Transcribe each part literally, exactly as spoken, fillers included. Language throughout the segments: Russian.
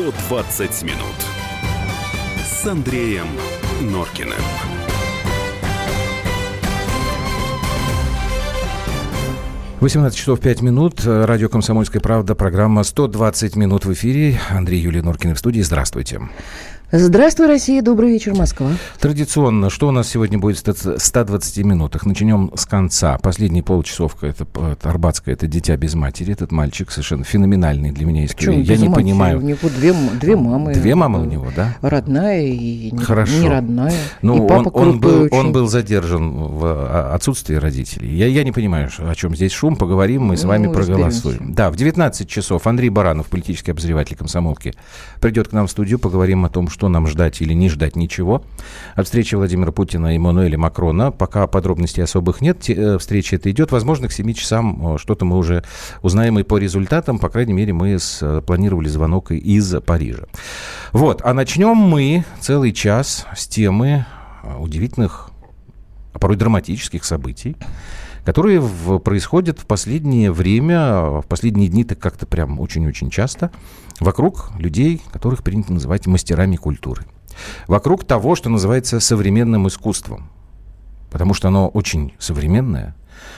сто двадцать минут с Андреем Норкиным. восемнадцать часов пять минут. Радио «Комсомольская правда». Программа «сто двадцать минут» в эфире. Андрей, Юлия Норкины в студии. Здравствуйте. Здравствуй, Россия. Добрый вечер, Москва. Традиционно, что у нас сегодня будет в ста двадцати минутах? Начнем с конца. Последняя полчасовка, это, это Арбатская, это «Дитя без матери». Этот мальчик совершенно феноменальный для меня история. Я не матери? понимаю. У него две, две мамы. Две мамы у него, да? Родная и не, Хорошо. не родная. Ну, и папа он, он, был, очень. он был задержан в отсутствии родителей. Я, я не понимаю, о чем здесь шум. Поговорим, мы с вами ну, проголосуем. Разберемся. Да, в девятнадцать часов Андрей Баранов, политический обозреватель «Комсомолки», придет к нам в студию. Поговорим о том, что нам ждать или не ждать ничего. От встречи Владимира Путина и Эммануэля Макрона пока подробностей особых нет. Встреча эта идет. Возможно, к семи часам что-то мы уже узнаем и по результатам. По крайней мере, мы спланировали звонок из Парижа. Вот. А начнем мы целый час с темы удивительных, а порой драматических событий, которые в, происходят в последнее время, в последние дни-то как-то прям очень-очень часто, вокруг людей, которых принято называть мастерами культуры. Вокруг того, что называется современным искусством. Потому что оно очень современное.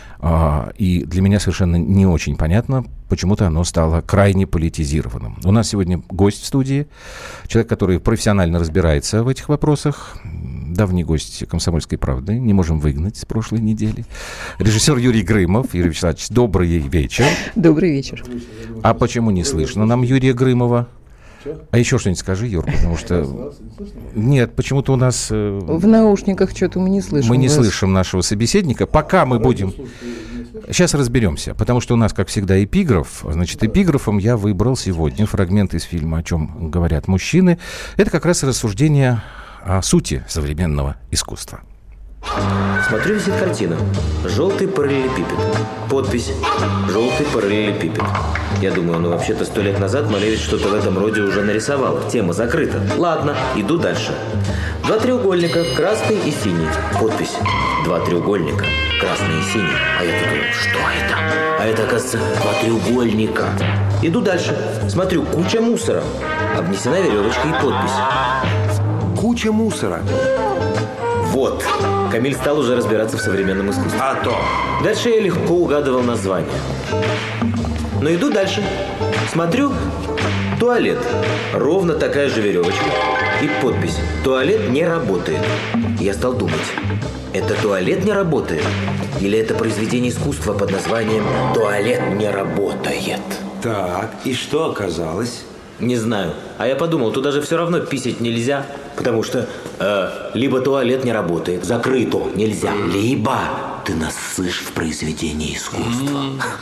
И для меня совершенно не очень понятно, почему-то оно стало крайне политизированным. У нас сегодня гость в студии, человек, который профессионально разбирается в этих вопросах, давний гость «Комсомольской правды», не можем выгнать с прошлой недели. Режиссер Юрий Грымов. Юрий Вячеславович, добрый вечер. Добрый вечер. А почему не слышно нам Юрия Грымова? А еще что-нибудь скажи, Юр, потому что... Нет, почему-то у нас... В наушниках что-то мы не слышим. Мы не вас. слышим нашего собеседника. Пока мы будем... Сейчас разберемся, потому что у нас, как всегда, эпиграф. Значит, эпиграфом я выбрал сегодня фрагмент из фильма «О чем говорят мужчины». Это как раз рассуждение о сути современного искусства. Смотрю, висит картина. Желтый параллелепипед. Подпись: желтый параллелепипед. Я думаю, ну вообще-то сто лет назад Малевич что-то в этом роде уже нарисовал. Тема закрыта. Ладно, иду дальше. Два треугольника, красный и синий. Подпись: два треугольника, красный и синий. А я тут думаю, что это? А это, оказывается, два треугольника. Иду дальше. Смотрю, куча мусора. Обнесена веревочкой и подпись: куча мусора. Вот. Камиль стал уже разбираться в современном искусстве. А то. Дальше я легко угадывал название. Но иду дальше. Смотрю, туалет. Ровно такая же веревочка. И подпись: туалет не работает. Я стал думать, это туалет не работает? Или это произведение искусства под названием «Туалет не работает»? Так, и что оказалось? Не знаю. А я подумал, туда же все равно писать нельзя. Потому что э, либо туалет не работает, закрыто нельзя, либо ты нассышь в произведении искусства.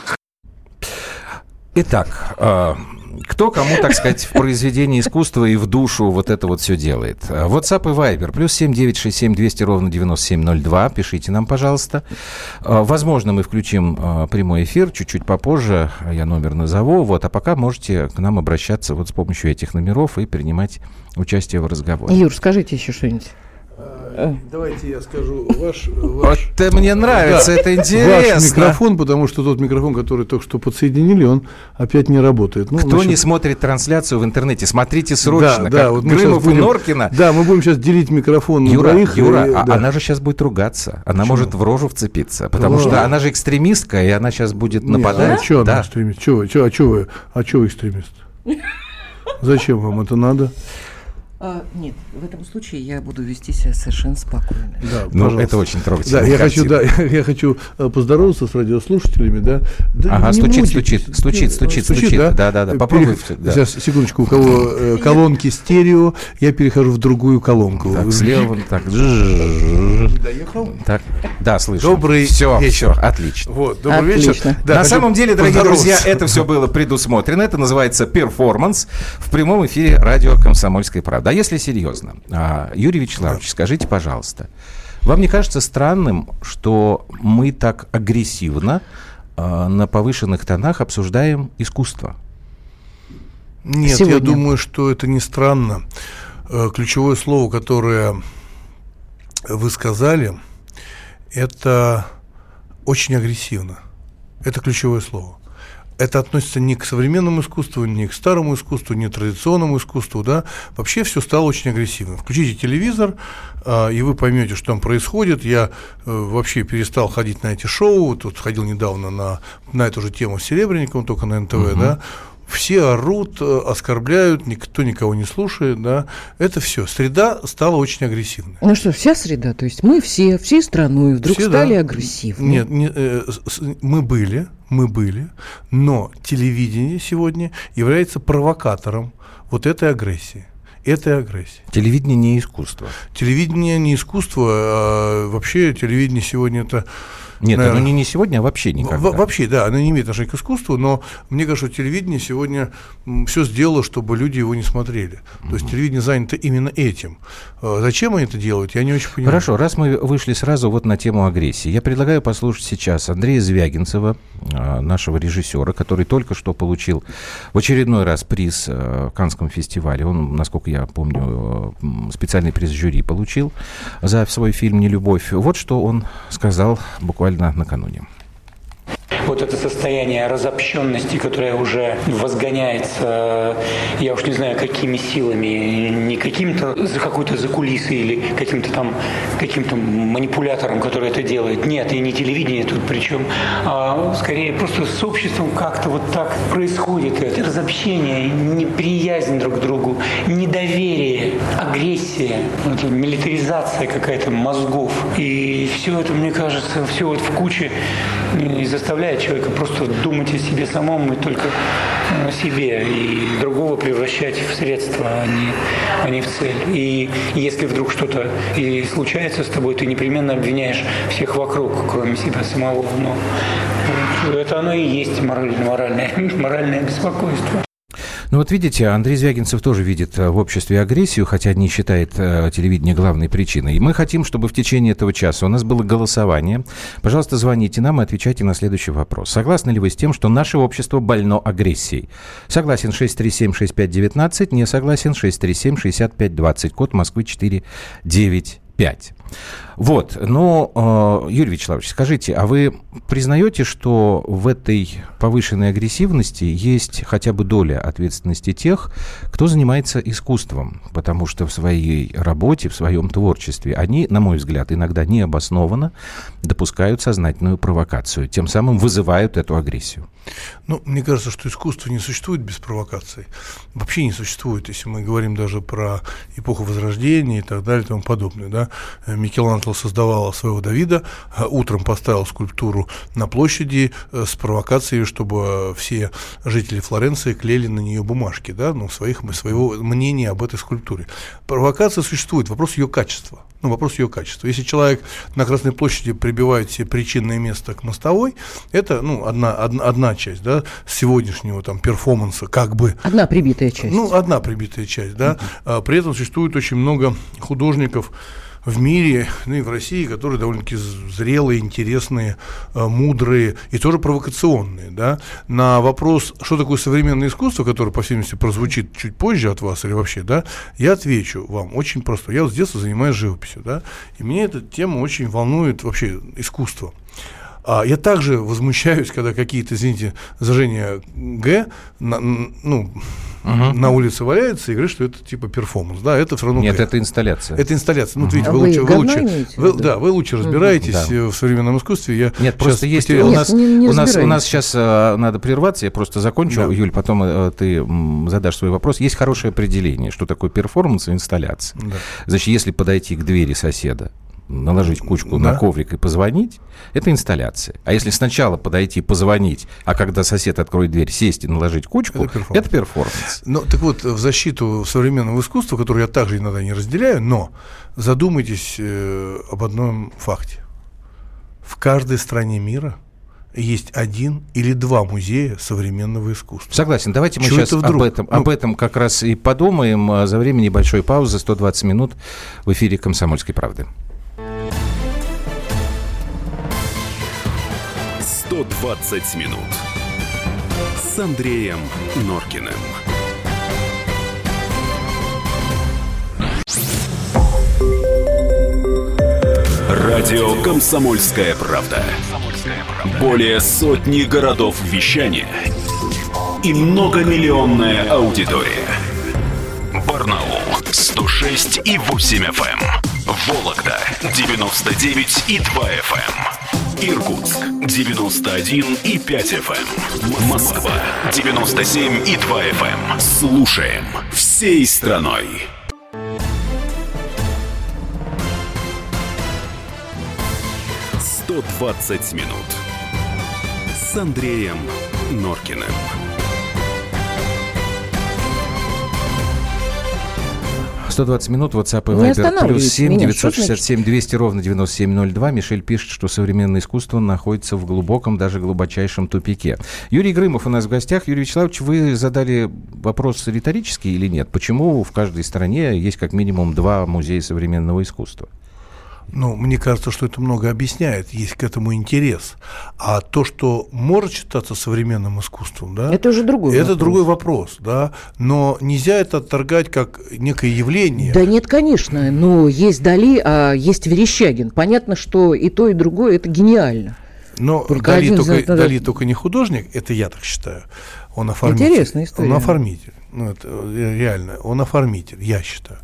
Итак, э, кто кому, так сказать, в произведении искусства и в душу вот это вот все делает? WhatsApp и Viber. Плюс семь девять шесть семь двести ровно девяносто семь ноль два. Пишите нам, пожалуйста. Возможно, мы включим прямой эфир чуть-чуть попозже. Я номер назову. Вот, а пока можете к нам обращаться вот с помощью этих номеров и принимать участие в разговоре. Юр, скажите еще что-нибудь. Давайте я скажу ваш... ваш... Вот мне нравится, да, это интересно. Ваш микрофон, потому что тот микрофон, который только что подсоединили, он опять не работает. Ну, Кто значит... не смотрит трансляцию в интернете, смотрите срочно, да, да, как вот Грымов будем... и Норкина. Да, мы будем сейчас делить микрофон на Юра, двоих. Юра, и... а да. она же сейчас будет ругаться. Она Почему? может в рожу вцепиться, потому Ладно. что она же экстремистка, и она сейчас будет Нет, нападать. а что да. она экстремист? Чё вы, чё, а что вы, а чё вы экстремист? Зачем вам это надо? А, нет, в этом случае я буду вести себя совершенно спокойно. Да, ну, пожалуйста. это очень трогательно. Да, я хочу, да, я хочу поздороваться с радиослушателями, да. да ага, стучит, мучитесь. стучит, стучит, стучит, стучит, стучит, да, да, да, да. Попробуй. Перех... Да. Сейчас, секундочку, у кого э, колонки стерео, я перехожу в другую колонку. Так, слева, так. Доехал? Так, да, слышу. Добрый все, вечер. Все, отлично. Вот, добрый отлично. вечер. Да, на самом деле, дорогие друзья, это все было предусмотрено. Это называется перформанс в прямом эфире радио «Комсомольская правда». А если серьезно, Юрий Вячеславович, скажите, пожалуйста, вам не кажется странным, что мы так агрессивно на повышенных тонах обсуждаем искусство? Нет, Сегодня. Я думаю, что это не странно. Ключевое слово, которое вы сказали, это очень агрессивно. Это ключевое слово. это относится не к современному искусству, не к старому искусству, не к традиционному искусству, да, вообще все стало очень агрессивным. Включите телевизор, и вы поймете, что там происходит. Я вообще перестал ходить на эти шоу, тут ходил недавно на, на эту же тему с Серебренниковым, только на эн тэ вэ, угу. да, все орут, оскорбляют, никто никого не слушает, да, это все. Среда стала очень агрессивной. Ну что, вся среда, то есть мы все, всей страной вдруг все, стали да. агрессивны. Нет, не, э, с, мы были, мы были, но телевидение сегодня является провокатором вот этой агрессии. Этой агрессии. Телевидение не искусство. Телевидение не искусство, а вообще телевидение сегодня это... Нет, наверное, оно не, не сегодня, а вообще никогда. В, вообще, да, оно не имеет отношения к искусству, но мне кажется, что телевидение сегодня все сделало, чтобы люди его не смотрели. Mm-hmm. То есть телевидение занято именно этим. Зачем они это делают, я не очень понимаю. Хорошо, раз мы вышли сразу вот на тему агрессии, я предлагаю послушать сейчас Андрея Звягинцева, нашего режиссера, который только что получил в очередной раз приз в Каннском фестивале. Он, насколько я помню, специальный приз жюри получил за свой фильм «Нелюбовь». Вот что он сказал буквально накануне. Вот это состояние разобщенности, которое уже возгоняется, я уж не знаю, какими силами, не каким-то за какой-то закулисой или каким-то там каким-то манипулятором, который это делает. Нет, и не телевидение тут причем, а скорее просто с обществом как-то вот так происходит. Это разобщение, неприязнь друг к другу, недоверие, агрессия, это милитаризация какая-то мозгов. И все это, мне кажется, все вот в куче и заставляет человека просто думать о себе самом и только о себе, и другого превращать в средство, а не, а не в цель. И если вдруг что-то и случается с тобой, ты непременно обвиняешь всех вокруг, кроме себя самого. Но это оно и есть моральное, моральное, моральное беспокойство. Ну вот видите, Андрей Звягинцев тоже видит в обществе агрессию, хотя не считает э, телевидение главной причиной. И мы хотим, чтобы в течение этого часа у нас было голосование. Пожалуйста, звоните нам и отвечайте на следующий вопрос. Согласны ли вы с тем, что наше общество больно агрессией? Согласен шесть три семь шесть пять один девять, не согласен шесть три семь шесть пять двадцать, код Москвы четыре девять пять. Вот, но, Юрий Вячеславович, скажите, а вы признаете, что в этой повышенной агрессивности есть хотя бы доля ответственности тех, кто занимается искусством? Потому что в своей работе, в своем творчестве они, на мой взгляд, иногда необоснованно допускают сознательную провокацию, тем самым вызывают эту агрессию. Ну, мне кажется, что искусство не существует без провокаций. Вообще не существует, если мы говорим даже про эпоху Возрождения и так далее и тому подобное, да. Микеланджело создавал своего Давида, утром поставил скульптуру на площади с провокацией, чтобы все жители Флоренции клеили на нее бумажки, да, ну, своих, своего мнения об этой скульптуре. Провокация существует, вопрос ее качества. Ну, вопрос ее качества. Если человек на Красной площади прибивает себе причинное место к мостовой, это, ну, одна, одна, одна часть, да, сегодняшнего там перформанса, как бы. Одна прибитая часть. Ну, одна прибитая часть, да. Uh-huh. При этом существует очень много художников в мире, ну и в России, которые довольно-таки зрелые, интересные, мудрые и тоже провокационные, да. На вопрос, что такое современное искусство, которое, по всей видимости, прозвучит чуть позже от вас или вообще, да, я отвечу вам очень просто. Я вот с детства занимаюсь живописью, да, и меня эта тема очень волнует вообще искусство. А я также возмущаюсь, когда какие-то, извините, зажжения Г, на, ну, uh-huh. на улице валяются и говорят, что это типа перформанс. Да, это все равно Нет, Г. это инсталляция. Это инсталляция. Ну, uh-huh. видите, а вы, вы лучше, вы лучше, вы, да, вы лучше разбираетесь uh-huh. в современном искусстве. Я Нет, просто есть у нас, не, не у нас у нас сейчас uh, надо прерваться. Я просто закончу, да. Юль, потом uh, ты um, задашь свой вопрос. Есть хорошее определение, что такое перформанс и инсталляция. Да. Значит, если подойти к двери соседа, наложить кучку да. на коврик и позвонить, это инсталляция. А если сначала подойти, позвонить, а когда сосед откроет дверь, сесть и наложить кучку, это перформанс. Это перформанс. Ну, так вот, в защиту современного искусства, которое я также иногда не разделяю, но задумайтесь э, об одном факте. В каждой стране мира есть один или два музея современного искусства. Согласен. Давайте мы Чего сейчас об этом, ну, об этом как раз и подумаем за время небольшой паузы, сто двадцать минут в эфире «Комсомольской правды». сто двадцать минут с Андреем Норкиным. Радио «Комсомольская правда». Более сотни городов вещания и многомиллионная аудитория. Барнаул сто шесть и восемь эф эм, Вологда девяносто девять и два эф эм, Иркутск девяносто один и пять эф эм, Москва девяносто семь и два эф эм. Слушаем всей страной. сто двадцать минут с Андреем Норкиным. сто двадцать минут, WhatsApp и Viber, плюс семь девятьсот шестьдесят семь двести ровно девяносто семь ноль два. Мишель пишет, что современное искусство находится в глубоком, даже глубочайшем тупике. Юрий Грымов у нас в гостях. Юрий Вячеславович, вы задали вопрос риторический или нет? Почему в каждой стране есть как минимум два музея современного искусства? Ну, мне кажется, что это много объясняет, есть к этому интерес. А то, что может считаться современным искусством, да, это уже другой это вопрос. другой вопрос, да, но нельзя это отторгать как некое явление. Да нет, конечно, но есть Дали, а есть Верещагин. Понятно, что и то, и другое – это гениально. Но только Дали, только, знает, Дали только не художник, это я так считаю. Он оформитель. Интересная история. Он оформитель, ну, это реально, он оформитель, я считаю.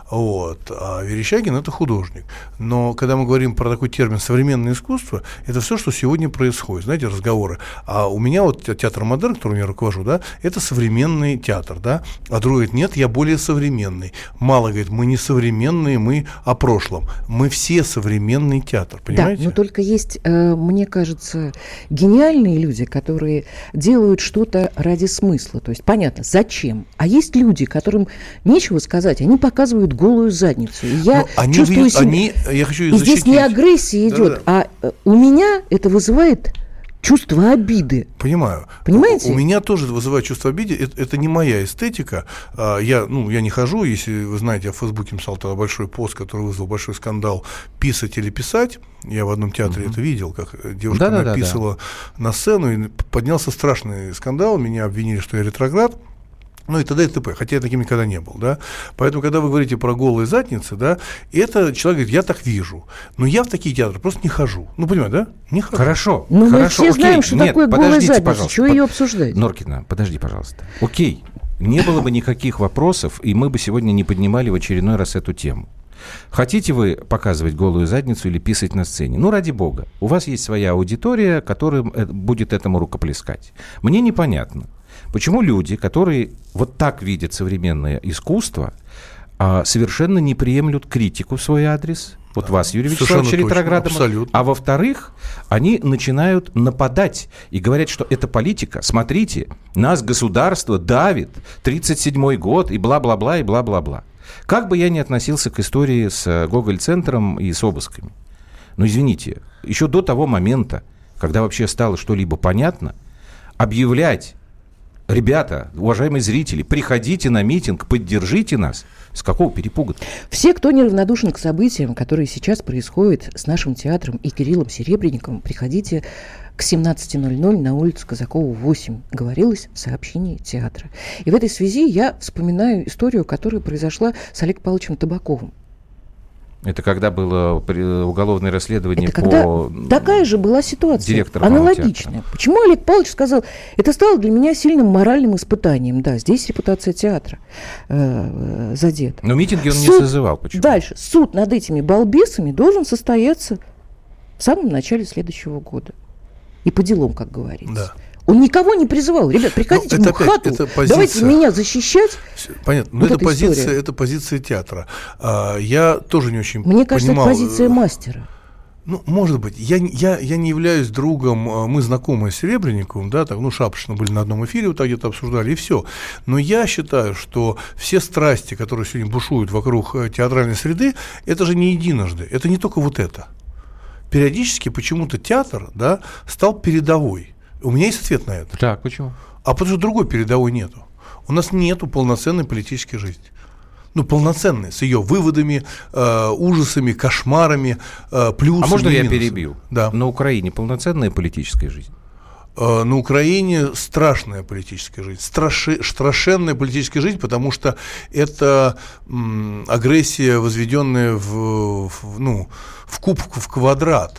Вот. А Верещагин – это художник. Но когда мы говорим про такой термин «современное искусство», это все, что сегодня происходит. Знаете, разговоры. А у меня вот театр «Модерн», которым я руковожу, да, это современный театр, да. А другой говорит: нет, я более современный. Мало говорит: мы не современные, мы о прошлом. Мы все современный театр, понимаете? Да, но только есть, э, мне кажется, гениальные люди, которые делают что-то ради смысла. То есть понятно, зачем. А есть люди, которым нечего сказать, они показывают голую задницу. И я они чувствую видят, себя... они, я хочу их и защитить. здесь не агрессия идет, да, да. а у меня это вызывает чувство обиды. Понимаю. Понимаете? У, у меня тоже вызывает чувство обиды. Это, это не моя эстетика. А, я, ну, я не хожу, если вы знаете, я в Фейсбуке написал тогда большой пост, который вызвал большой скандал: писать или писать. Я в одном театре mm-hmm. это видел, как девушка да, написала да, да, да. на сцену, и поднялся страшный скандал. Меня обвинили, что я ретроград. Ну и т.д. и т.п. Хотя я таким никогда не был, да. Поэтому, когда вы говорите про голые задницы, да, это человек говорит: я так вижу. Но я в такие театры просто не хожу. Ну, понимаете, да? Не хожу. Хорошо. Но хорошо, мы все окей. знаем, что Нет, такое голая задница. Пожалуйста. Чего ее обсуждать? Норкина, подожди, пожалуйста. Окей. Не было бы никаких вопросов, и мы бы сегодня не поднимали в очередной раз эту тему. Хотите вы показывать голую задницу или писать на сцене? Ну, ради бога. У вас есть своя аудитория, которая будет этому рукоплескать. Мне непонятно, почему люди, которые вот так видят современное искусство, совершенно не приемлют критику в свой адрес. Вот вас, Юрий Вячеславович, ретроградом. А во-вторых, они начинают нападать и говорят, что это политика. Смотрите, нас государство давит, тридцать седьмой год и бла-бла-бла, и бла-бла-бла. Как бы я ни относился к истории с Гоголь-центром и с обысками, но, извините, еще до того момента, когда вообще стало что-либо понятно, объявлять: ребята, уважаемые зрители, приходите на митинг, поддержите нас. С какого перепуга? Все, кто неравнодушен к событиям, которые сейчас происходят с нашим театром и Кириллом Серебренниковым, приходите к семнадцати ноль-ноль на улицу Казакова, восемь, говорилось в сообщении театра. И в этой связи я вспоминаю историю, которая произошла с Олегом Павловичем Табаковым. Это когда было уголовное расследование это когда по... Такая же была ситуация, аналогичная. Театра. Почему Олег Павлович сказал: это стало для меня сильным моральным испытанием. Да, здесь репутация театра э, задета. Но митинги он суд... не созывал. Почему? Дальше. Суд над этими балбесами должен состояться в самом начале следующего года. И по делам, как говорится. Да. Он никого не призывал: ребят, приходите в мою хату, позиция... давайте меня защищать. Понятно, но вот это, позиция, это позиция театра. А, я тоже не очень Мне кажется, понимал... это позиция мастера. Ну, может быть. Я, я, я не являюсь другом, мы знакомы с Серебренниковым, да, так, ну, шапочно были на одном эфире, вот так где-то обсуждали, и все. Но я считаю, что все страсти, которые сегодня бушуют вокруг театральной среды, это же не единожды, это не только вот это. Периодически почему-то театр, да, стал передовой. У меня есть ответ на это. Так, почему? А потому что другой передовой нету. У нас нету полноценной политической жизни. Ну, полноценной, с ее выводами, э, ужасами, кошмарами, э, плюсами. А можно я минусами. перебью? Да. На Украине полноценная политическая жизнь? Э, на Украине страшная политическая жизнь, страши, страшенная политическая жизнь, потому что это м, агрессия, возведенная в, в, ну, в куб, в квадрат.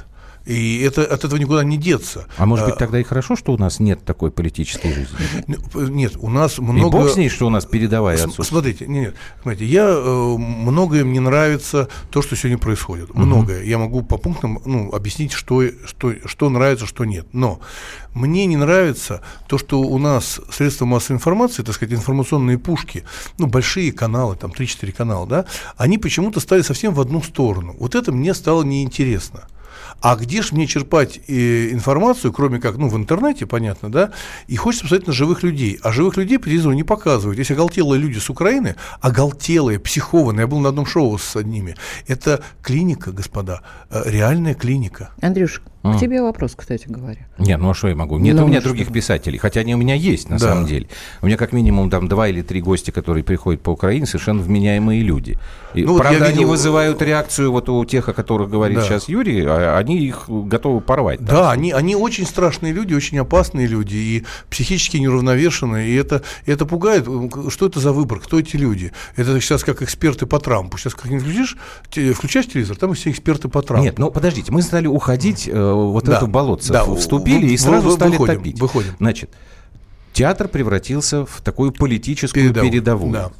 И это, от этого никуда не деться. А может быть, тогда и хорошо, что у нас нет такой политической жизни? Нет, у нас много... И бог с ней, что у нас передовая отсутствует. Смотрите, нет, смотрите, я, э, многое мне нравится то, что сегодня происходит. Uh-huh. Многое. Я могу по пунктам, ну, объяснить, что, что, что нравится, что нет. Но мне не нравится то, что у нас средства массовой информации, так сказать, информационные пушки, ну, большие каналы, там три-четыре канала, да, они почему-то стали совсем в одну сторону. Вот это мне стало неинтересно. А где же мне черпать э, информацию, кроме как, ну, в интернете, понятно, да, и хочется посмотреть на живых людей. А живых людей по телевизору не показывают. Есть оголтелые люди с Украины, оголтелые, психованные, я был на одном шоу с одними. Это клиника, господа, э, реальная клиника. Андрюш, А. к тебе вопрос, кстати говоря. Нет, ну а что я могу? Нет Ну, у меня что? других писателей, хотя они у меня есть, на Да. самом деле. У меня как минимум там два или три гостя, которые приходят по Украине, совершенно вменяемые люди. И, Ну, вот правда, я они видел- вызывают реакцию вот у тех, о которых говорит Да. сейчас Юрий, а они их готовы порвать. Да, там. они, они очень страшные люди, очень опасные люди, и психически неуравновешенные, и это, и это пугает. Что это за выбор, кто эти люди? Это сейчас как эксперты по Трампу. Сейчас как-нибудь включишь, те- включаешь телевизор, там все эксперты по Трампу. Нет, ну подождите, мы стали уходить э, вот в Да, эту болотце, да, вступили вы- и сразу вы- стали выходим, топить. выходим. Значит, театр превратился в такую политическую Передовую, передовую. да.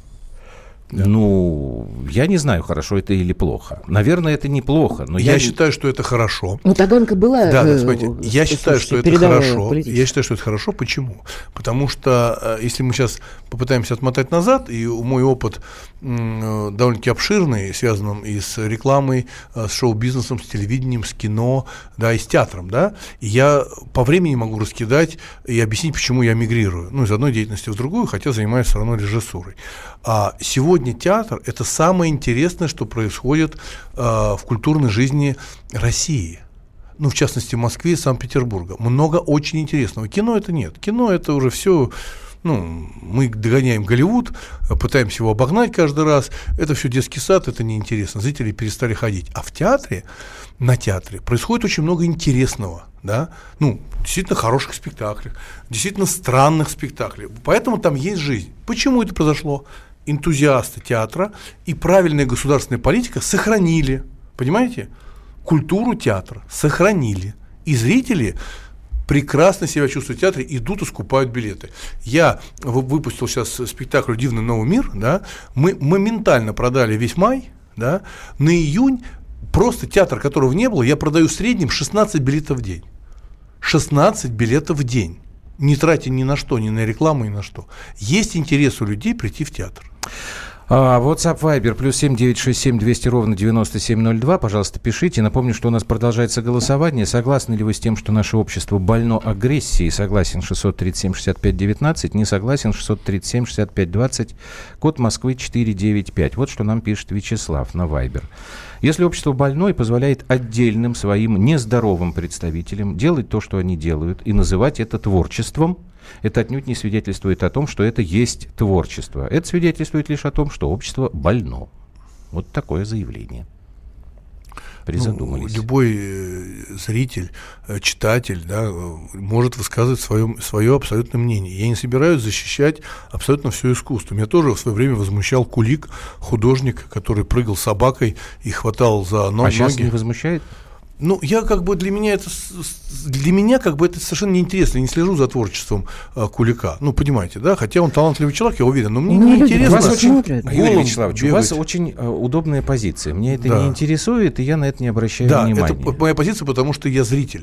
Ну, я не знаю, хорошо это или плохо. Наверное, это неплохо, но Я, я, считаю, что это хорошо. Ну, Таганка была... Да, да, э, смотрите, я слушайте, считаю, что это передовая хорошо. политическая. Я считаю, что это хорошо. Почему? Потому что э, если мы сейчас попытаемся отмотать назад, и мой опыт м, э, довольно-таки обширный, связан и с рекламой, э, с шоу-бизнесом, с телевидением, с кино, да, и с театром, да, и я по времени могу раскидать и объяснить, почему я мигрирую, ну, из одной деятельности в другую, хотя занимаюсь все равно режиссурой. А сегодня театр – это самое интересное, что происходит э, в культурной жизни России. Ну, в частности, в Москве и Санкт-Петербурга. Много очень интересного. Кино это нет. Кино это уже все, ну, мы догоняем Голливуд, пытаемся его обогнать каждый раз. Это все детский сад, это неинтересно. Зрители перестали ходить. А в театре, на театре происходит очень много интересного. Да? Ну, действительно хороших спектаклей, действительно странных спектаклей. Поэтому там есть жизнь. Почему это произошло? Энтузиасты театра и правильная государственная политика сохранили, понимаете, культуру театра, сохранили. И зрители прекрасно себя чувствуют в театре, идут и скупают билеты. Я выпустил сейчас спектакль «Дивный новый мир», да, мы моментально продали весь май, да, на июнь просто театр, которого не было, я продаю в среднем шестнадцать билетов в день. шестнадцать билетов в день. Не тратя ни на что, ни на рекламу, ни на что. Есть интерес у людей прийти в театр. А, WhatsApp, Viber, плюс семь девятьсот шестьдесят семь двести ровно девяносто семь ноль два. Пожалуйста, пишите. Напомню, что у нас продолжается голосование. Согласны ли вы с тем, что наше общество больно агрессией? Согласен шестьсот тридцать семь шестьдесят пять девятнадцать. Не согласен шестьсот тридцать семь шестьдесят пять двадцать. Код Москвы четыре девять пять. Вот что нам пишет Вячеслав на Viber. Если общество больное позволяет отдельным своим нездоровым представителям делать то, что они делают, и называть это творчеством, это отнюдь не свидетельствует о том, что это есть творчество. Это свидетельствует лишь о том, что общество больно. Вот такое заявление. Призадумались. Ну, любой э, зритель, э, читатель, да, э, может высказывать свое, свое абсолютное мнение. Я не собираюсь защищать абсолютно все искусство. Меня тоже в свое время возмущал Кулик, художник, который прыгал с собакой и хватал за ноги. А сейчас не возмущает? Ну, я как бы для меня это для меня как бы это совершенно неинтересно. Я не слежу за творчеством а, Кулика. Ну, понимаете, да? Хотя он талантливый человек, я уверен, но мне Ну, не люди интересно. вас очень- смотрят. Юрий Голым Вячеславович, у вас бегать. очень э, удобная позиция. Мне это Да. не интересует, и я на это не обращаю Да, внимания. это моя позиция, потому что я зритель.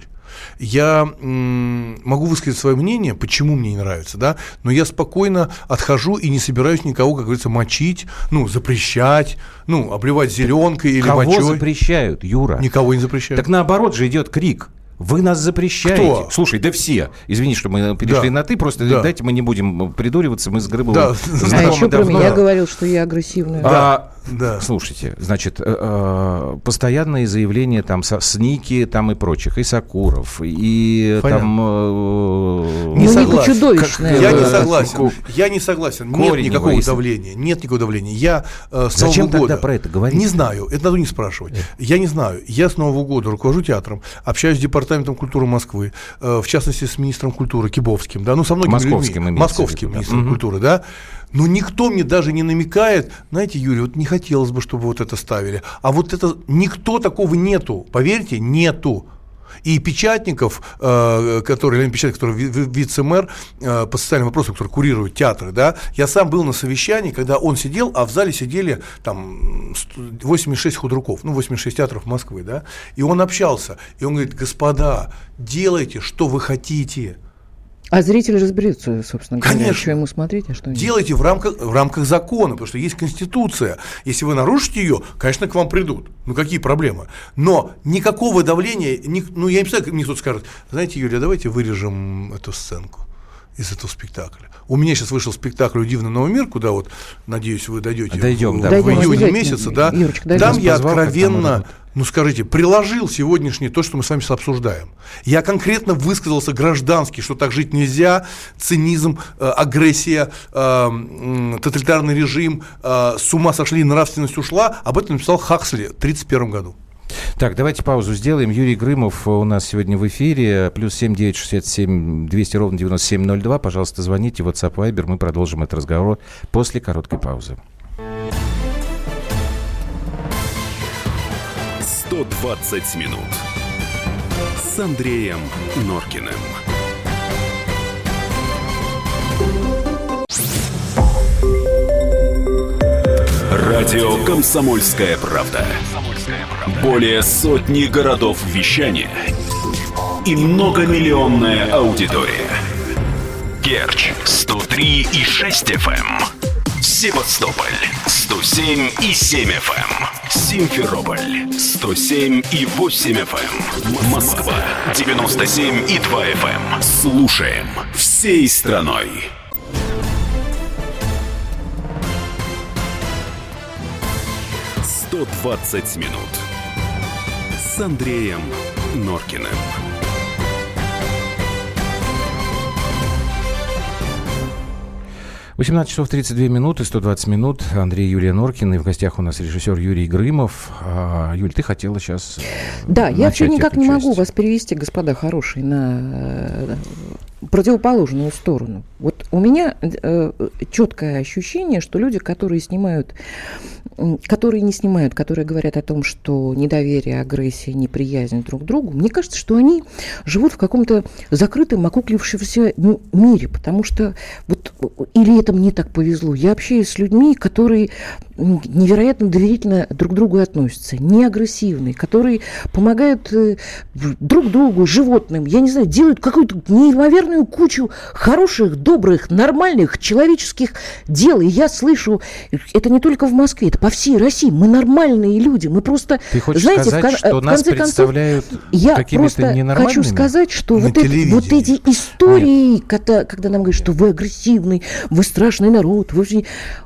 Я м, могу высказать свое мнение, почему мне не нравится, да, но я спокойно отхожу и не собираюсь никого, как говорится, мочить, ну, запрещать, ну, обливать зеленкой или Кого мочой. запрещают, Юра? Никого не запрещают. Так наоборот же идет крик. Вы нас запрещаете. Кто? Слушай, да все. Извини, что мы перешли Да. на «ты», просто Да. дайте мы не будем придуриваться, мы с Грыбовым Да. А знакомы еще про давно. меня говорил, что я агрессивная. А, Да. Слушайте, значит, э, э, постоянные заявления там со СНИКи там и прочих, и Сакуров, и Понятно. там... э, Не Ну, согласен. Ника чудовищная. Я не Э, согласен. ку- Я не согласен. Нет Коренева, никакого если- давления. Нет никакого давления. Я э, с Зачем Нового тогда года... про это говорить? Не знаю. Это надо не спрашивать. Я не знаю. Я с Нового года руковожу театром, общаюсь с департаментом культуры Москвы, э, в частности, с министром культуры Кибовским, да, ну, со многими Московским людьми. имеется в Московским виду, да. министром Мгм. культуры, да. Но никто мне даже не намекает, знаете, Юрий, вот не хотелось бы, чтобы вот это ставили. А вот это никто такого нету. Поверьте, нету. И Печатников, э, который, Леонид Печатников, который вице-мэр э, по социальным вопросам, который курирует театры, да, я сам был на совещании, когда он сидел, а в зале сидели там восемьдесят шесть худруков, ну, восемьдесят шесть театров Москвы, да, и он общался, и он говорит: господа, делайте, что вы хотите. А зритель разберется, собственно говоря, Конечно. что ему смотреть, а что нет. Делайте в рамках, в рамках закона, потому что есть Конституция. Если вы нарушите ее, конечно, к вам придут. Ну, какие проблемы? Но никакого давления, ни, ну, я не представляю, мне кто-то скажет: знаете, Юлия, давайте вырежем эту сценку из этого спектакля. У меня сейчас вышел спектакль «Дивный новый мир», куда вот, надеюсь, вы дойдете Дойдем, в, да. в Дойдем, июне месяце, да. Юрочка, Там я позвал, откровенно, ну скажите, приложил сегодняшнее то, что мы с вами сейчас обсуждаем. Я конкретно высказался граждански, что так жить нельзя, цинизм, э, агрессия, э, э, тоталитарный режим, э, с ума сошли, нравственность ушла. Об этом написал Хаксли в тысяча девятьсот тридцать первом году. Так, давайте паузу сделаем. Юрий Грымов у нас сегодня в эфире. Плюс семь девять шестьдесят семь двести ровно девяносто семь ноль два. Пожалуйста, звоните. WhatsApp, Viber. Мы продолжим этот разговор после короткой паузы. сто двадцать минут с Андреем Норкиным. Радио «Комсомольская правда». Более сотни городов вещания и многомиллионная аудитория. Керчь сто три и шесть эф эм, Севастополь сто семь и семь эф эм, Симферополь сто семь и восемь эф эм, Москва девяносто семь и два эф эм. Слушаем всей страной. сто двадцать минут с Андреем Норкиным. восемнадцать часов тридцать две минуты, сто двадцать минут. Андрей, Юлия Норкин. И в гостях у нас режиссер Юрий Грымов. А, Юль, ты хотела сейчас Да, я все никак не часть. могу вас перевести, господа хорошие, на противоположную сторону. Вот у меня э, четкое ощущение, что люди, которые снимают, которые не снимают, которые говорят о том, что недоверие, агрессия, неприязнь друг к другу, мне кажется, что они живут в каком-то закрытом, окуклившемся мире, потому что вот или это мне так повезло. Я общаюсь с людьми, которые невероятно доверительно друг к другу относятся, не агрессивные, которые помогают э, друг другу, животным, я не знаю, делают какую-то неимоверную кучу хороших, добрых, нормальных, человеческих дел. И я слышу, это не только в Москве, это по всей России. Мы нормальные люди, мы просто... Ты хочешь знаете, сказать, в, что в нас конце представляют концов, я какими-то ненормальными? хочу сказать, что На вот, это, вот эти истории, когда, когда нам говорят, что вы агрессивный, вы страшный народ, вы...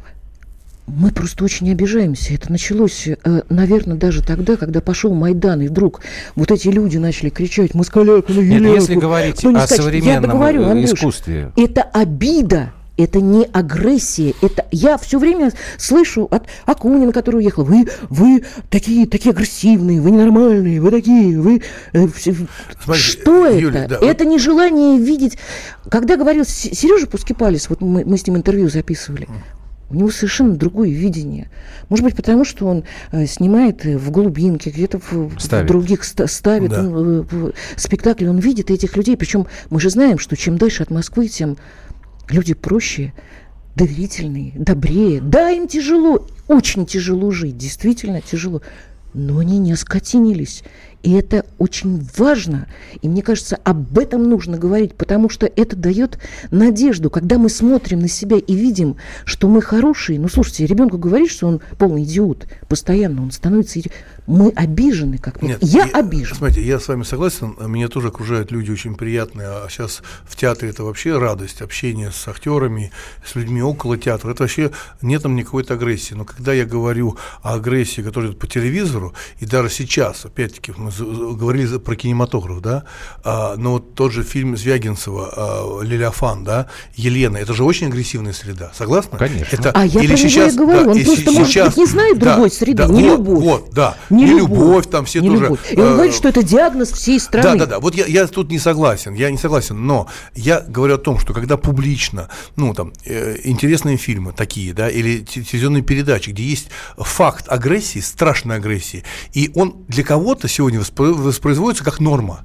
Мы просто очень обижаемся. Это началось, наверное, даже тогда, когда пошел Майдан, и вдруг вот эти люди начали кричать: москаляку, ну, Нет, если говорить о современном договорю, Андрюш, искусстве. Это обида. Это не агрессия. Это я все время слышу от Акунина, который уехал: вы, вы такие, такие агрессивные, вы ненормальные, вы такие, вы... Э, все... Смотрите, Что Юля, это? да, Это вот... нежелание видеть... Когда говорил Сережа Пускипалис, вот мы, мы с ним интервью записывали, у него совершенно другое видение. Может быть, потому что он э, снимает в глубинке, где-то в, в других ста- ставит да. он, в спектакли, он видит этих людей. Причем мы же знаем, что чем дальше от Москвы, тем люди проще, доверительные, добрее. Да, им тяжело, очень тяжело жить, действительно тяжело. Но они не оскотинились. И это очень важно. И мне кажется, об этом нужно говорить, потому что это дает надежду. Когда мы смотрим на себя и видим, что мы хорошие. Ну, слушайте, ребенку говорит, что он полный идиот. Постоянно он становится идиотом. Мы обижены, как мне. Я, я обижен. Смотрите, я с вами согласен. Меня тоже окружают люди очень приятные. А сейчас в театре это вообще радость. Общение с актерами, с людьми около театра. Это вообще нет там никакой агрессии. Но когда я говорю о агрессии, которая идет по телевизору, и даже сейчас, опять-таки, мы говорили про кинематограф, да, а, но вот тот же фильм Звягинцева а, «Левиафан», да, Елена, это же очень агрессивная среда, согласна? Конечно. Это, а я или про сейчас, него и говорю, да, он и просто, сейчас, может быть, не знает да, другой среды, да, не вот, любовь. Вот, да, не, не любовь, любовь, там все не тоже... Любовь. И он э, говорит, что это диагноз всей страны. Да, да, да, вот я, я тут не согласен, я не согласен, но я говорю о том, что когда публично, ну, там, э, интересные фильмы такие, да, или телевизионные передачи, где есть факт агрессии, страшной агрессии, и он для кого-то сегодня воспроизводится как норма.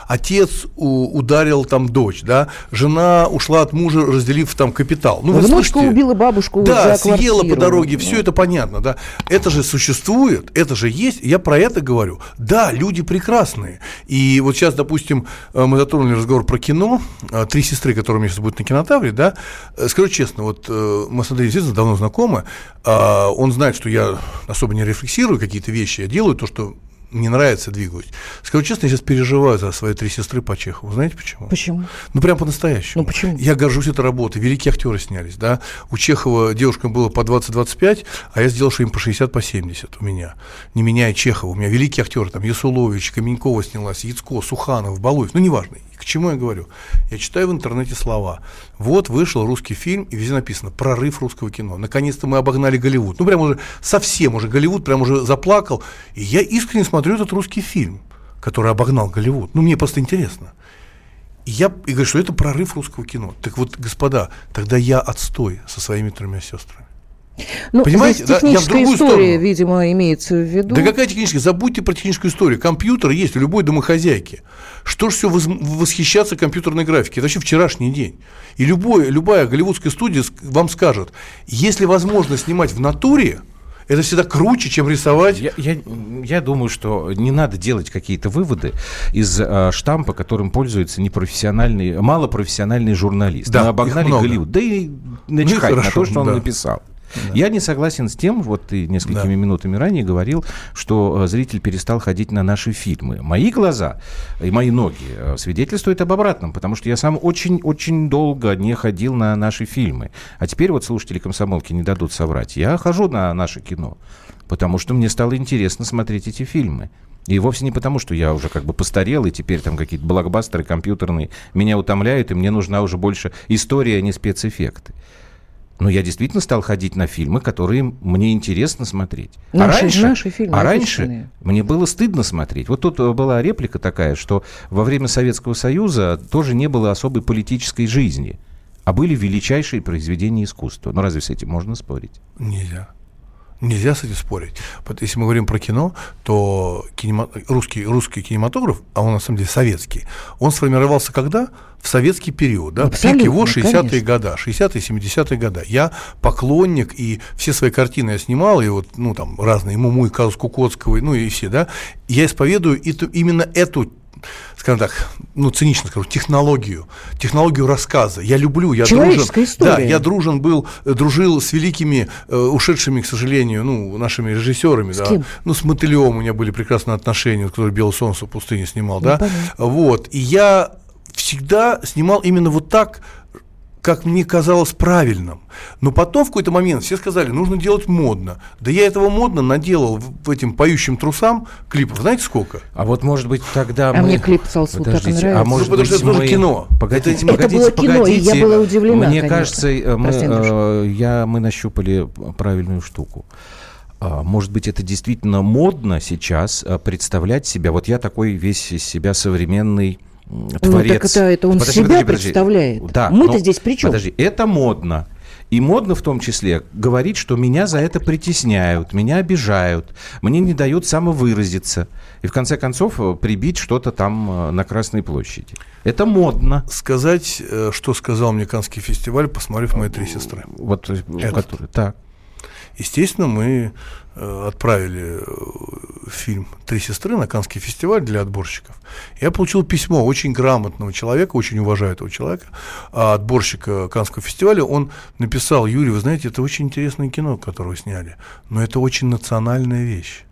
отец у, ударил там дочь, да, жена ушла от мужа, разделив там капитал. Ну, внучка убила бабушку да, за квартиру. съела по дороге, все это понятно, да. Это же существует, это же есть, я про это говорю. Да, люди прекрасные. И вот сейчас, допустим, мы затронули разговор про кино, «Три сестры», которые у меня сейчас будут на Кинотавре, да. Скажу честно, вот мы с Андреем Естественно давно знакомы, он знает, что я особо не рефлексирую какие-то вещи, я делаю то, что мне нравится, двигаюсь. Скажу честно, я сейчас переживаю за свои «Три сестры» по Чехову. Знаете почему? Почему? Ну, прям по-настоящему. Ну, почему? Я горжусь этой работой. Великие актеры снялись, да. У Чехова девушкам было по двадцать-двадцать пять, а я сделал, что им по шестьдесят, по семьдесят у меня. Не меняя Чехова. У меня великие актеры, там, Ясулович, Каменькова снялась, Яцко, Суханов, Балуев. Ну, неважно. К чему я говорю? Я читаю в интернете слова. Вот вышел русский фильм, и везде написано «Прорыв русского кино». Наконец-то мы обогнали Голливуд. Ну, прям уже совсем уже Голливуд прям уже заплакал. И я искренне смотрю этот русский фильм, который обогнал Голливуд. Ну, мне просто интересно. И я и говорю, что это прорыв русского кино. Так вот, господа, тогда я отстой со своими тремя сестрами. Ну, понимаете, здесь техническая да, я в история, сторону. видимо, имеется в виду. Да какая техническая? Забудьте про техническую историю. Компьютер есть у любой домохозяйки. Что ж все воз... восхищаться компьютерной графикой? Это вообще вчерашний день. И любой, любая голливудская студия вам скажет, если возможно снимать в натуре, это всегда круче, чем рисовать. Я, я, я думаю, что не надо делать какие-то выводы из а, штампа, которым пользуется непрофессиональный, малопрофессиональный журналист. Да, Мы обогнали Голливуд. Да и начхать ну, на то, что он да. написал. Да. Я не согласен с тем, вот ты несколькими да. минутами ранее говорил, что зритель перестал ходить на наши фильмы. Мои глаза и мои ноги свидетельствуют об обратном, потому что я сам очень-очень долго не ходил на наши фильмы. А теперь вот слушатели «Комсомолки» не дадут соврать. Я хожу на наше кино, потому что мне стало интересно смотреть эти фильмы. И вовсе не потому, что я уже как бы постарел, и теперь там какие-то блокбастеры компьютерные меня утомляют, и мне нужна уже больше история, а не спецэффекты. Но я действительно стал ходить на фильмы, которые мне интересно смотреть. Наши, а раньше, наши фильмы, а раньше мне было стыдно смотреть. Вот тут была реплика такая, что во время Советского Союза тоже не было особой политической жизни, а были величайшие произведения искусства. Но разве с этим можно спорить? Нельзя. Нельзя с этим спорить. Если мы говорим про кино, то кинема... русский, русский кинематограф, а он на самом деле советский, он сформировался когда? В советский период. Да? Пик его шестидесятые годы, шестидесятые, семидесятые годы. Я поклонник, и все свои картины я снимал, и вот, ну, там, разные, Муму и казус Кукоцкого, ну, и все, да. Я исповедую эту, именно эту, скажем так, ну, цинично скажу, технологию, технологию рассказа. Я люблю, я дружен. Да, я дружен был, дружил с великими, э, ушедшими, к сожалению, ну, нашими режиссерами, да. Ну, с Мотылевым у меня были прекрасные отношения, который «Белое солнце в пустыне» снимал, ну, да. Понятно. Вот, и я всегда снимал именно вот так, как мне казалось правильным. Но потом в какой-то момент все сказали, нужно делать модно. Да я этого модно наделал в этим «Поющим трусам» клипов. Знаете сколько? А вот, может быть, тогда а мы... А мне клип «Салсу» так нравится. А может ну, потому быть, что это мы... тоже кино. Погодите, это, погодите, это было погодите. кино, и я была удивлена, Мне конечно, кажется, мы, э, я, мы нащупали правильную штуку. Может быть, это действительно модно сейчас представлять себя. Вот я такой весь из себя современный творец. Ну, так это, это он подожди, себя подожди, подожди. представляет. Да, мы-то здесь при чем? Подожди, это модно. И модно в том числе говорить, что меня за это притесняют, меня обижают, мне не дают самовыразиться. И в конце концов прибить что-то там на Красной площади. Это модно. Сказать, что сказал мне Каннский фестиваль, посмотрев «Мои три сестры». Вот, который, так. Естественно, мы э, отправили э, фильм «Три сестры» на Каннский фестиваль для отборщиков. Я получил письмо очень грамотного человека, очень уважаю этого человека, а отборщика Каннского фестиваля. Он написал: Юрий, вы знаете, это очень интересное кино, которое вы сняли, но это очень национальная вещь.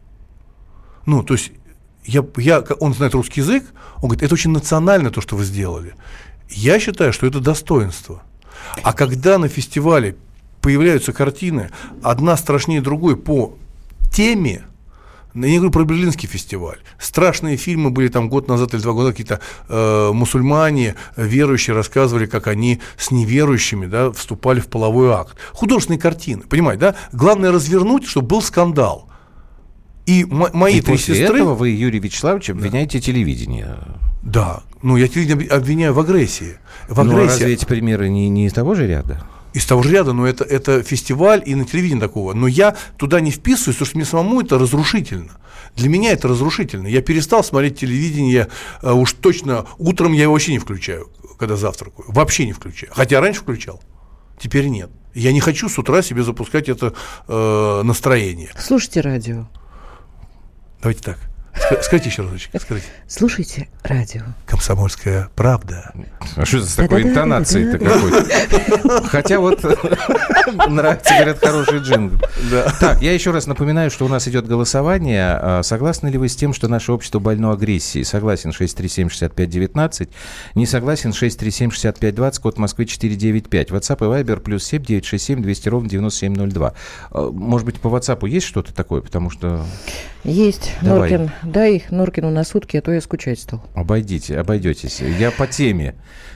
Ну, то есть, я, я, он знает русский язык, он говорит, это очень национально то, что вы сделали. Я считаю, что это достоинство. А когда на фестивале появляются картины, одна страшнее другой по теме, я не говорю про Берлинский фестиваль, страшные фильмы были там год назад или два года, какие-то э, мусульмане, верующие, рассказывали, как они с неверующими, да, вступали в половой акт. Художественные картины, понимаете, да? Главное развернуть, чтобы был скандал. И м- мои И три после сестры... этого вы, Юрий Вячеславович, обвиняете да. телевидение. Да, ну я телевидение обвиняю в агрессии. В агрессии. Ну, а разве эти примеры не, не из того же ряда? из того же ряда, но это, это фестиваль и на телевидении такого. Но я туда не вписываюсь, потому что мне самому это разрушительно. Для меня это разрушительно. Я перестал смотреть телевидение, а, уж точно утром я его вообще не включаю, когда завтракаю. Вообще не включаю. Хотя раньше включал, теперь нет. Я не хочу с утра себе запускать это э, настроение. Слушайте радио. Давайте так. Скажите еще разочек. Скажите. Слушайте радио. «Комсомольская правда». А что это с такой интонацией-то какой-то? Хотя вот нравится, говорят, хороший джингл. Так, я еще раз напоминаю, что у нас идет голосование. Согласны ли вы с тем, что наше общество больно агрессией? Согласен шесть три семь шесть пять один девять. Не согласен шесть три семь шесть пять двадцать, код Москвы четыре девять пять. WhatsApp и Viber плюс семь девять шесть семь двести ровно девяносто семь ноль два. Может быть, по WhatsApp есть что-то такое? Потому что... Есть. Давай. Норкин. Дай их Норкину на сутки, а то я скучать стал. Обойдите, обойдетесь. Я по теме.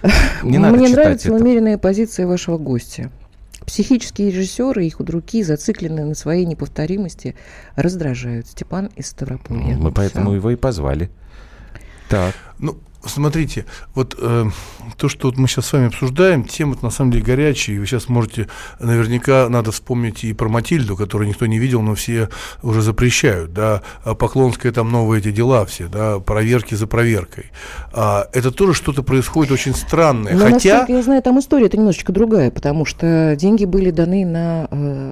Не надо Мне читать нравится это. умеренная позиция вашего гостя. Психические режиссеры и худруки, зацикленные на своей неповторимости, раздражают. Степан из Ставрополья. Мы поэтому его и позвали. Так. Ну, смотрите, вот э, то, что вот мы сейчас с вами обсуждаем, тема на самом деле горячая, и вы сейчас можете, наверняка надо вспомнить и про Матильду, которую никто не видел, но все уже запрещают, да, Поклонская, там новые эти дела все, да, проверки за проверкой. А, это тоже что-то происходит очень странное, Но, хотя... насколько я знаю, там история-то немножечко другая, потому что деньги были даны на,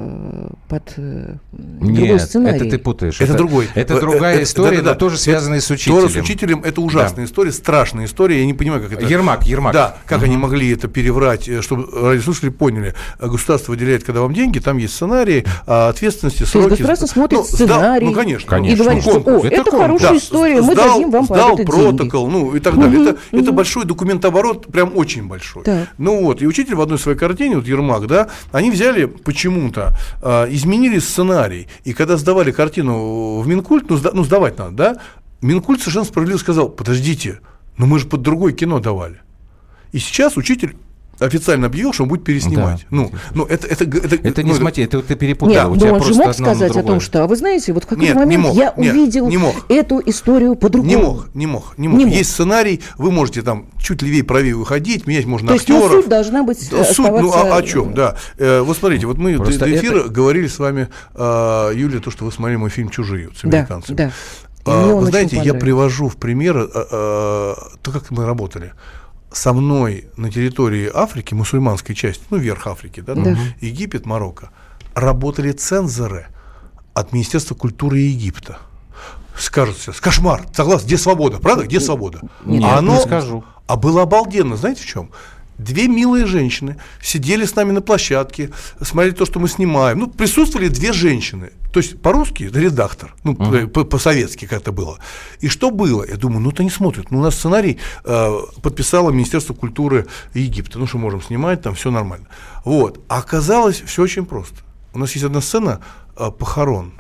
э, под э, другой Нет, сценарий. это ты путаешь. Это, это другой. Это другая это, история, да, да, но да. тоже связанная с учителем. Тоже с учителем, это ужасная Да. история, страшная история, я не понимаю, как это... Ермак, Ермак. Да, как угу. они могли это переврать, чтобы радиослушатели поняли. Государство выделяет, когда вам деньги, там есть сценарий, ответственности, сроки. То есть государство смотрит ну, сценарий, сдал, ну, конечно, конечно. и говорит, что конкурс. о, Это это, конкурс. хорошая Да, история, мы сдал, дадим вам сдал под это протокол, деньги. ну и так Угу, далее. Это, угу. это большой документооборот, прям очень большой. Так. Ну вот, и учитель в одной своей картине, вот Ермак, да, они взяли почему-то, а, изменили сценарий, и когда сдавали картину в Минкульт, ну, сда, ну сдавать надо, да, Минкульт совершенно справедливо сказал: подождите, но мы же под другое кино давали. И сейчас учитель официально объявил, что он будет переснимать. Да. Ну, ну, это, это, это, Это не ну, смотри, это ты перепутал. Нет, у но тебя он же просто мог одно на сказать о другое. том, что, а вы знаете, вот в какой-то Нет, не момент мог, я нет, увидел не мог. эту историю по-другому. Не мог, не мог, не мог. Не Есть мог. сценарий, вы можете там чуть левее, правее выходить, менять можно То есть, ну, актеров. суть должна быть Да, суть, ну, оставаться... о, о чем, да. Э, вот смотрите, вот мы Просто до, до эфира это- говорили с вами, э, Юлия, то, что вы смотрели мой фильм «Чужие» вот, с Да, американцами. да. И А, мне он вы очень знаете, я понравился. привожу в пример э, э, то, как мы работали. Со мной на территории Африки, мусульманской части, ну, верх Африки, да, Да. Египет, Марокко, работали цензоры от Министерства культуры Египта. Скажете, кошмар, согласен, где свобода, правда, где свобода? Нет, а оно, не скажу. А было обалденно, знаете в чем? Две милые женщины сидели с нами на площадке, смотрели то, что мы снимаем. Ну, присутствовали две женщины. То есть по-русски редактор, ну, uh-huh. по- по-советски как-то было. И что было? Я думаю, ну, это не смотрят. Ну, у нас сценарий э, подписало Министерство культуры Египта. Ну, что можем снимать, там все нормально. Вот. А оказалось, все очень просто. У нас есть одна сцена э, похорон.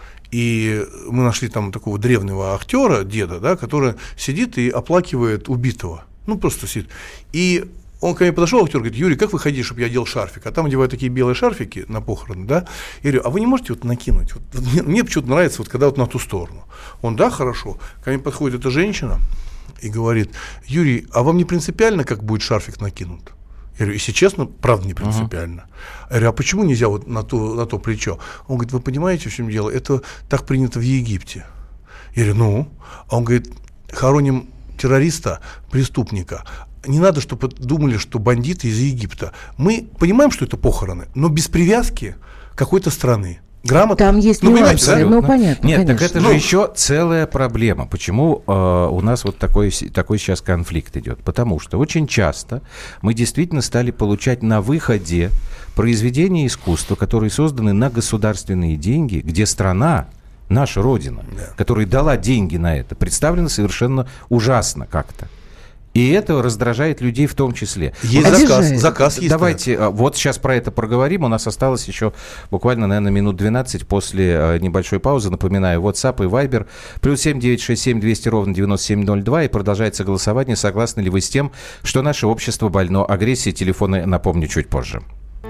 И мы нашли там такого древнего актера, деда, да, который сидит и оплакивает убитого. Ну, просто сидит. И он ко мне подошел, актер, говорит: Юрий, как вы хотите, чтобы я одел шарфик? А там одевают такие белые шарфики на похороны, да? Я говорю: а вы не можете вот накинуть? Вот, вот мне, мне почему-то нравится, вот когда вот на ту сторону. Он: да, хорошо. Ко мне подходит эта женщина и говорит: Юрий, а вам не принципиально, как будет шарфик накинут? Я говорю: если честно, правда не принципиально. Uh-huh. Я говорю: а почему нельзя вот на то, на то плечо? Он говорит: вы понимаете, в чем дело? Это так принято в Египте. Я говорю: ну? А он говорит: хороним террориста, преступника. Не надо, чтобы думали, что бандиты из Египта. Мы понимаем, что это похороны, но без привязки какой-то страны. Грамотно. Там есть ну, нюансы, да? ну, понятно, Нет, конечно. так это же Ну. еще целая проблема. Почему э, у нас вот такой, такой сейчас конфликт идет? Потому что очень часто мы действительно стали получать на выходе произведения искусства, которые созданы на государственные деньги, где страна, наша Родина, Да. которая дала деньги на это, представлена совершенно ужасно как-то. И это раздражает людей в том числе. Есть Обижает. заказ, заказ есть. Давайте а, вот сейчас про это проговорим. У нас осталось еще буквально, наверное, минут двенадцать после а, небольшой паузы. Напоминаю, WhatsApp и Viber. Плюс семь девять шесть семь двести ровно девяносто семь ноль два. И продолжается голосование. Согласны ли вы с тем, что наше общество больно агрессией? Телефоны напомню чуть позже.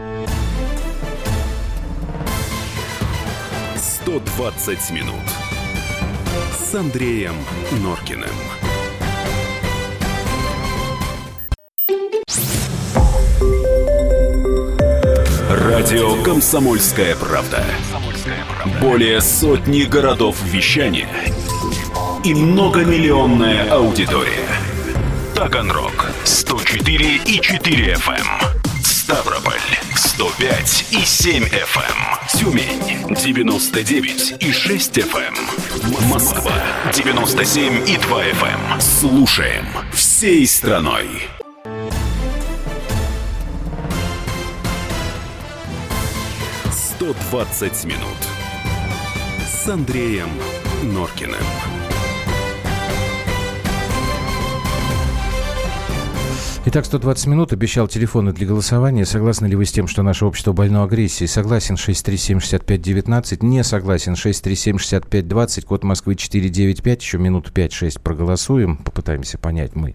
сто двадцать минут с Андреем Норкиным. Радио «Комсомольская правда». Более сотни городов вещания и многомиллионная аудитория. Таганрог сто четыре и четыре эф эм, Ставрополь сто пять и семь эф эм, Тюмень девяносто девять и шесть эф эм, Москва девяносто семь и два эф эм. Слушаем всей страной. сто двадцать минут с Андреем Норкиным. Итак, сто двадцать минут. Обещал телефоны для голосования. Согласны ли вы с тем, что наше общество больно агрессией? Согласен, шесть три семь шесть пять один девять. Не согласен, шесть три семь шесть пять двадцать. Код Москвы четыре девять пять. Еще минут пять-шесть проголосуем. Попытаемся понять мы,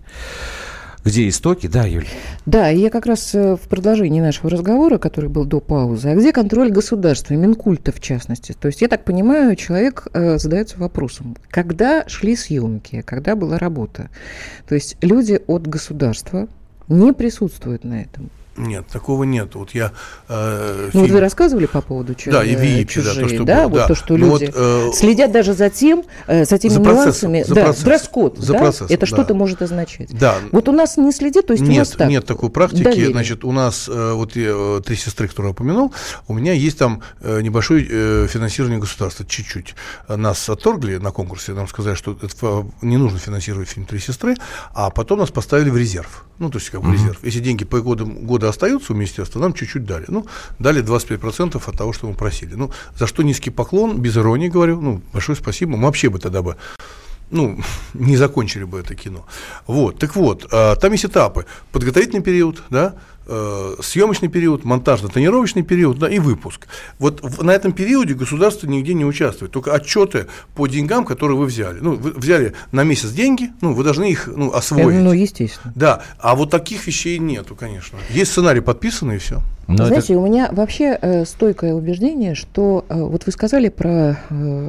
где истоки. Да, Юль? Да, и я как раз в продолжении нашего разговора, который был до паузы, а где контроль государства, Минкульта в частности? То есть, я так понимаю, человек э, задается вопросом, когда шли съемки, когда была работа? То есть, люди от государства не присутствуют на этом. Нет, такого нет. Вот я... Э, ну, фильм... вот вы рассказывали по поводу чужие, да, и ВИИП, чужие, да, то, что да, было, вот да. то, что ну, люди вот, э, следят даже за тем, э, за теми за нюансами. За да, процесс, дресс-код, за да? процесс, это да. что-то может означать. Да. Вот у нас не следят, то есть нет, у нас так. Нет такой практики. Доверие. Значит, у нас, э, вот я, три сестры, которые я упомянул, у меня есть там э, небольшое э, финансирование государства, чуть-чуть. Нас отторгли на конкурсе, нам сказали, что это, не нужно финансировать фильм «Три сестры», а потом нас поставили в резерв. Ну, то есть, как бы uh-huh. резерв. Если деньги по годам года остаются у министерства, нам чуть-чуть дали. Ну, дали двадцать пять процентов от того, что мы просили. Ну, за что низкий поклон, без иронии говорю. Ну, большое спасибо. Мы вообще бы тогда бы, ну, не закончили бы это кино. Вот, так вот, э, там есть этапы. Подготовительный период, да, э, съемочный период, монтажно-тренировочный период, да, и выпуск. Вот в, на этом периоде государство нигде не участвует. Только отчеты по деньгам, которые вы взяли. Ну, вы взяли на месяц деньги, ну, вы должны их, ну, освоить. Ну, естественно. Да, а вот таких вещей нету, конечно. Есть сценарий подписанный, и все. Но знаете, это... у меня вообще э, стойкое убеждение, что э, вот вы сказали про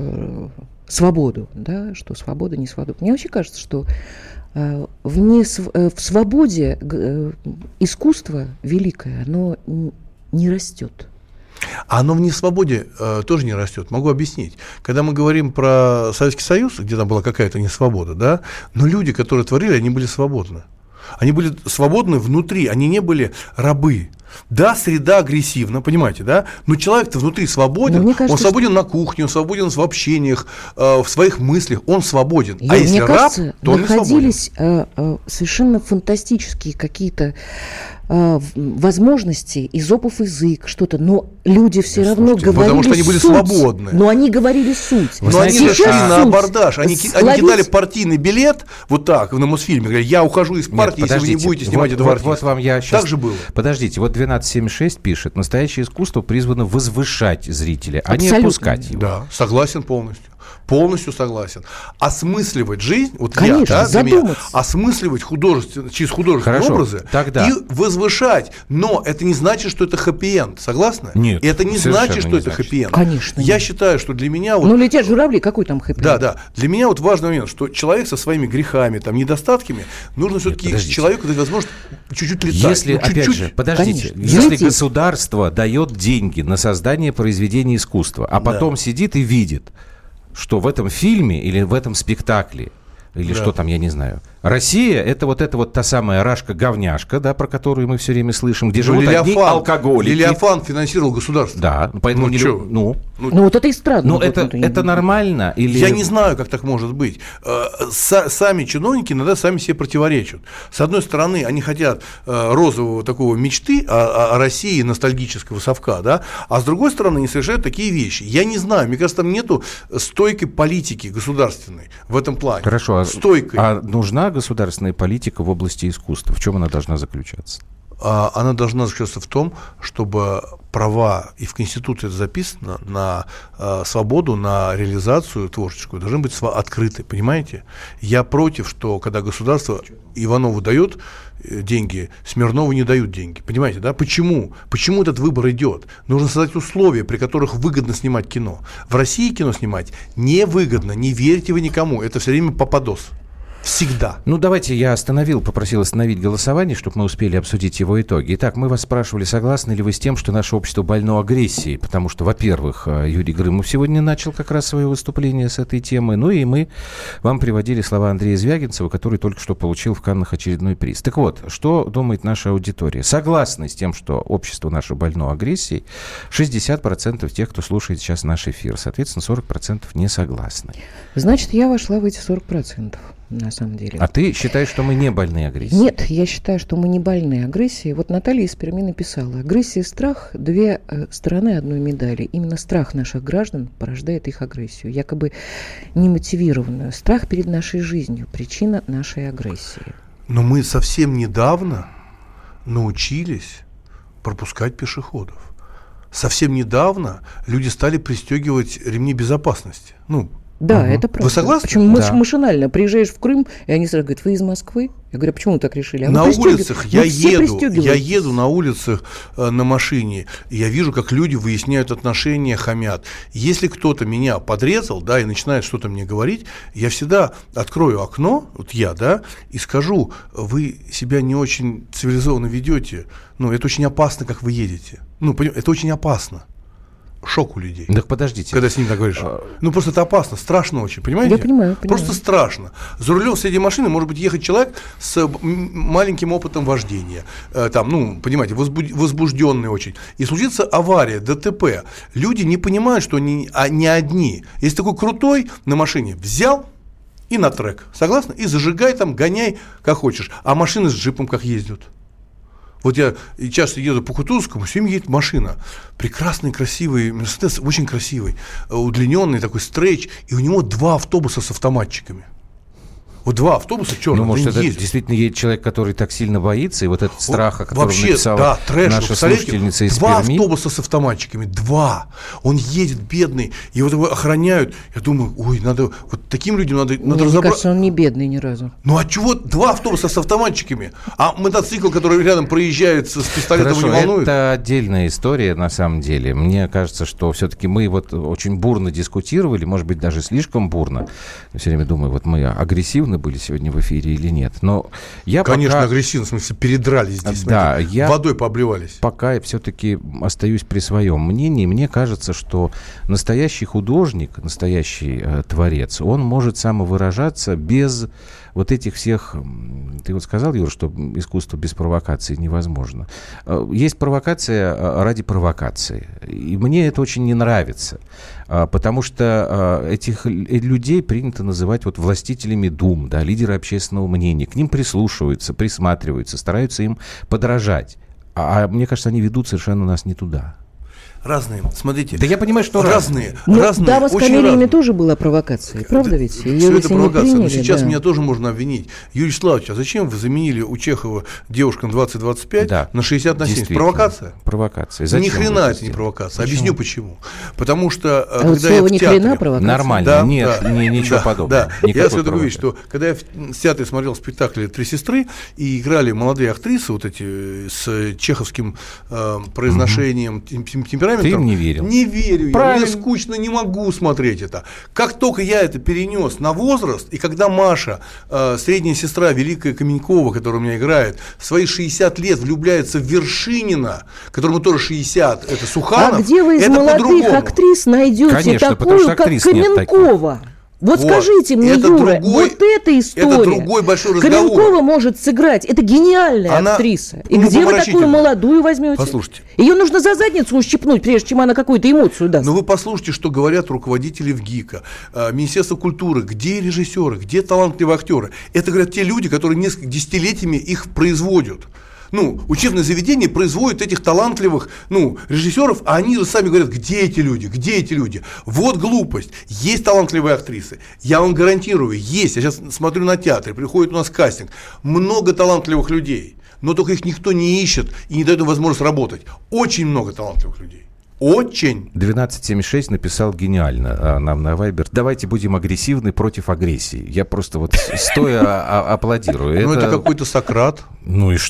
э, свободу, да, что свобода, не свобода. Мне вообще кажется, что э, в, не, э, в свободе э, искусство великое, оно не растет. А оно в несвободе э, тоже не растет. Могу объяснить. Когда мы говорим про Советский Союз, где там была какая-то несвобода, да, но люди, которые творили, они были свободны. Они были свободны внутри, они не были рабы. Да, среда агрессивна, понимаете, да? Но человек-то внутри свободен, кажется, он свободен что... на кухне, он свободен в общениях, э, в своих мыслях, он свободен. Я, а если раб, кажется, то он не свободен. Находились э, э, совершенно фантастические какие-то э, возможности, изопов язык, что-то, но люди все да, равно слушайте, говорили потому что они были суть, свободны. Но они говорили суть. Но они же шли на абордаж, они, Словить... они кидали партийный билет, вот так, на Мосфильме, говорили, я ухожу из партии, Нет, если вы не будете снимать вот, этого вот, артиста. Вот вам я сейчас... Так же было. Подождите, вот двенадцать семьдесят шесть пишет, настоящее искусство призвано возвышать зрителя, Абсолютно. а не опускать его. Да, согласен полностью. Полностью согласен. Осмысливать жизнь, вот Конечно, я, да, для меня, задуматься. осмысливать художественно, через художественные Хорошо, образы тогда. И возвышать. Но это не значит, что это хэппи-энд. Согласны? Нет. И это не значит, что не это значит. хэппи-энд. Конечно. Я нет. считаю, что для меня... Вот, ну, летят журавли, какой там хэппи-энд? Да, да. Для меня вот важный момент, что человек со своими грехами, там, недостатками, нужно все-таки человеку дать возможность чуть-чуть летать. Если, ну, опять чуть-чуть. же, подождите, Конечно. если Взлететь. государство дает деньги на создание произведения искусства, а потом да. сидит и видит, что в этом фильме или в этом спектакле, или да. что там, я не знаю, Россия — это вот эта вот та самая рашка-говняшка, да, про которую мы все время слышим, где ну, живут Левиафан, одни алкоголики. Левиафан финансировал государство. Да, поэтому... Ну, не чё? ну, ну, ну, вот это и странно. Ну, вот это, это, это нормально? Или... Я не знаю, как так может быть. С- сами чиновники иногда сами себе противоречат. С одной стороны, они хотят розового такого мечты о, о России, ностальгического совка, да, а с другой стороны, они совершают такие вещи. Я не знаю, мне кажется, там нету стойкой политики государственной в этом плане. Хорошо, стойкой. А, а нужна государственная политика в области искусства? В чем она должна заключаться? Она должна заключаться в том, чтобы права, и в Конституции это записано, на э, свободу, на реализацию творческую должны быть св- открыты, понимаете? Я против, что когда государство Иванову дает деньги, Смирнову не дают деньги, понимаете, да? Почему? Почему этот выбор идет? Нужно создать условия, при которых выгодно снимать кино. В России кино снимать невыгодно, не верьте вы никому, это все время попадос. Всегда. Ну, давайте я остановил, попросил остановить голосование, чтобы мы успели обсудить его итоги. Итак, мы вас спрашивали, согласны ли вы с тем, что наше общество больно агрессией, потому что, во-первых, Юрий Грымов сегодня начал как раз свое выступление с этой темы, ну и мы вам приводили слова Андрея Звягинцева, который только что получил в Каннах очередной приз. Так вот, что думает наша аудитория? Согласны с тем, что общество наше больно агрессией? шестьдесят процентов тех, кто слушает сейчас наш эфир. Соответственно, сорок процентов не согласны. Значит, я вошла в эти сорок процентов. На самом деле. А ты считаешь, что мы не больны агрессией? Нет, я считаю, что мы не больны агрессией. Вот Наталья из Перми написала: агрессия и страх – две э, стороны одной медали. Именно страх наших граждан порождает их агрессию, якобы немотивированную. Страх перед нашей жизнью – причина нашей агрессии. Но мы совсем недавно научились пропускать пешеходов. Совсем недавно люди стали пристегивать ремни безопасности. Ну, Да, угу. это правда. Вы согласны? Почему Да. машинально приезжаешь в Крым, и они сразу говорят: вы из Москвы? Я говорю: а почему вы так решили? А на улицах я еду, я пристегиваетесь. еду на улицах э, на машине, и я вижу, как люди выясняют отношения, хамят. Если кто-то меня подрезал, да, и начинает что-то мне говорить, я всегда открою окно, вот я, да, и скажу: вы себя не очень цивилизованно ведете, ну, это очень опасно, как вы едете. Ну, поним- это очень опасно. Шок у людей. Так подождите. Когда с ним так говоришь. Ну, просто это опасно, страшно очень, понимаете? Я понимаю, понимаю. Просто страшно. За рулем среди машины может быть ехать человек с м- маленьким опытом вождения. Э, там, ну, понимаете, возбу- возбужденный очень. И случится авария, ДТП. Люди не понимают, что они а, не одни. Если такой крутой на машине взял и на трек, согласны? И зажигай там, гоняй, как хочешь. А машины с джипом как ездят? Вот я часто еду по Кутузовскому, все время едет машина. Прекрасный, красивый Мерседес, очень красивый, удлиненный такой стрейч, и у него два автобуса с автоматчиками. Вот два автобуса черных. Ну, может, это ездят. действительно едет человек, который так сильно боится, и вот этот страх, о котором Вообще, написала да, трэш, наша представляете, слушательница из два Перми. автобуса с автоматчиками, два. Он едет бедный, его его охраняют. Я думаю, ой, надо, вот таким людям надо, надо Мне разобраться. кажется, он не бедный ни разу. Ну а чего два автобуса с автоматчиками? А мотоцикл, который рядом проезжает с пистолетом, Хорошо, не волнует? это отдельная история, на самом деле. Мне кажется, что все-таки мы вот очень бурно дискутировали, может быть, даже слишком бурно. Я все время думаю, вот мы агрессивны были сегодня в эфире или нет. Но я Конечно, пока... агрессивно, в смысле, передрались здесь, Да, смотрите, я- водой пообливались. Пока я все-таки остаюсь при своем мнении. Мне кажется, что настоящий художник, настоящий э, творец, он может самовыражаться без вот этих всех... м, Ты вот сказал, Юра, что искусство без провокации невозможно. Э, Есть провокация э, ради провокации. И мне это очень не нравится. А, Потому что э, этих л- э, людей принято называть вот властителями дум, да, лидеры общественного мнения. К ним прислушиваются, присматриваются, стараются им подражать. А, а мне кажется, они ведут совершенно нас не туда. Разные, смотрите. Да я понимаю, что разные. Ну, разные, дама с очень камелиями разные. тоже была провокацией, правда ведь? Ее Все ведь это и не провокация. Но приняли, сейчас да. меня тоже можно обвинить. Юрий Вячеславович, а зачем вы заменили у Чехова девушкам двадцать двадцать пять Да, на шестьдесят на семьдесят? действительно. Провокация? Провокация. Ни Зачем хрена вы это не сделали? провокация. Почему? Объясню почему. Потому что, А когда вот я слово в «ни театре... хрена» провокация. Нормально. Да, Нет, да, ни- ничего да, подобного. Да. Никакой Я скажу такую вещь, провокации. что когда я в в театре смотрел спектакль «Три сестры» и играли молодые актрисы, вот эти с чеховским э, произношением, тем- тем- темпераментом. Ты им не верил? Не верю. Я. Правильно. Мне скучно, не могу смотреть это. Как только я это перенес на возраст, и когда Маша, э, средняя сестра Великая Каменькова, которая у меня играет, в свои шестьдесят лет влюбляется в Вершинина, которому тоже шестьдесят, это Суханов. А где вы из это молодых по-другому. актрис найдете Конечно, потому такую, что как актрис нет таких. Каменкова? Вот, Вот. скажите мне, Это Юра, другой- вот эта история. это другой большой разговор. Каменкова может сыграть. Это гениальная Она актриса. И ну, где вы такую помрачительная. молодую возьмете? Послушайте. Ее нужно за задницу ущипнуть, прежде чем она какую-то эмоцию даст. Но вы послушайте, что говорят руководители ВГИКа, э, Министерство культуры, где режиссеры, где талантливые актеры. Это говорят те люди, которые несколько десятилетиями их производят. Ну, учебное заведение производит этих талантливых, ну, режиссеров, а они же сами говорят, где эти люди, где эти люди. Вот глупость. Есть талантливые актрисы. Я вам гарантирую, есть. Я сейчас смотрю на театре, приходит у нас кастинг. Много талантливых людей, но только их никто не ищет и не дает им возможность работать. Очень много талантливых людей. Очень. двенадцать семьдесят шесть написал гениально а, нам на Вайбер. Давайте будем агрессивны против агрессии. Я просто вот стоя а- аплодирую. Ну, это какой-то Сократ. Ну и что?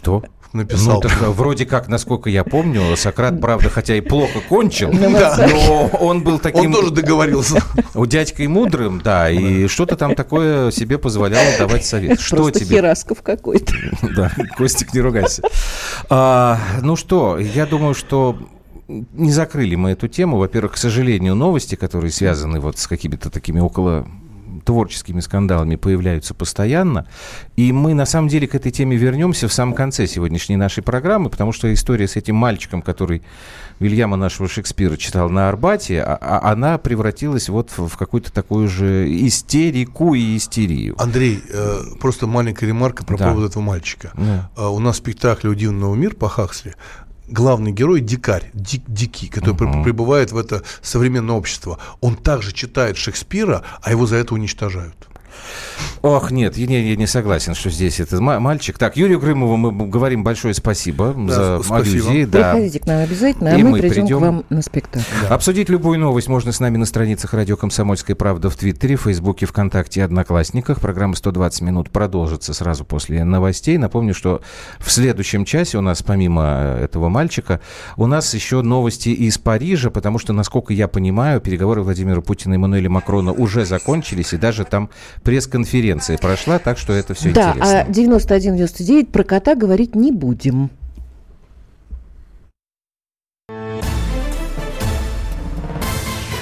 написал. Ну, так, вроде как, насколько я помню, Сократ, правда, хотя и плохо кончил, но он был таким... Он тоже договорился. У дядькой мудрым, да, и что-то там такое себе позволяло давать совет. Что Просто тебе? Херасков какой-то. Да, Костик, не ругайся. А, ну что, я думаю, что не закрыли мы эту тему. Во-первых, к сожалению, новости, которые связаны вот с какими-то такими около... творческими скандалами появляются постоянно. И мы, на самом деле, к этой теме вернемся в самом конце сегодняшней нашей программы, потому что история с этим мальчиком, который Вильяма нашего Шекспира читал на Арбате, а, она превратилась вот в, в какую-то такую же истерику и истерию. Андрей, э, просто маленькая ремарка про Да. поводу этого мальчика. Да. Э, у нас в спектакле «Удивный мир» по Хаксли главный герой дикарь, дик, дикий, который uh-huh. прибывает в это современное общество. Он также читает Шекспира, а его за это уничтожают. Ох, нет, я не, я не согласен, что здесь этот мальчик. Так, Юрию Грымову мы говорим большое спасибо да, за спасибо. аллюзии. Да. Приходите к нам обязательно, а И мы, мы придем придем. к вам на спектакль. Да. Обсудить любую новость можно с нами на страницах «Радио Комсомольская правда» в Твиттере, Фейсбуке, ВКонтакте и Одноклассниках. Программа сто двадцать минут продолжится сразу после новостей. Напомню, что в следующем часе у нас, помимо этого мальчика, у нас еще новости из Парижа, потому что, насколько я понимаю, переговоры Владимира Путина и Эммануэля Макрона уже закончились, и даже там пресс-конференция прошла, так что это все да, интересно. А девяносто один девяносто девять про кота говорить не будем.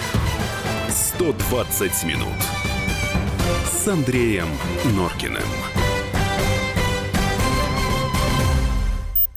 сто двадцать минут с Андреем Норкиным.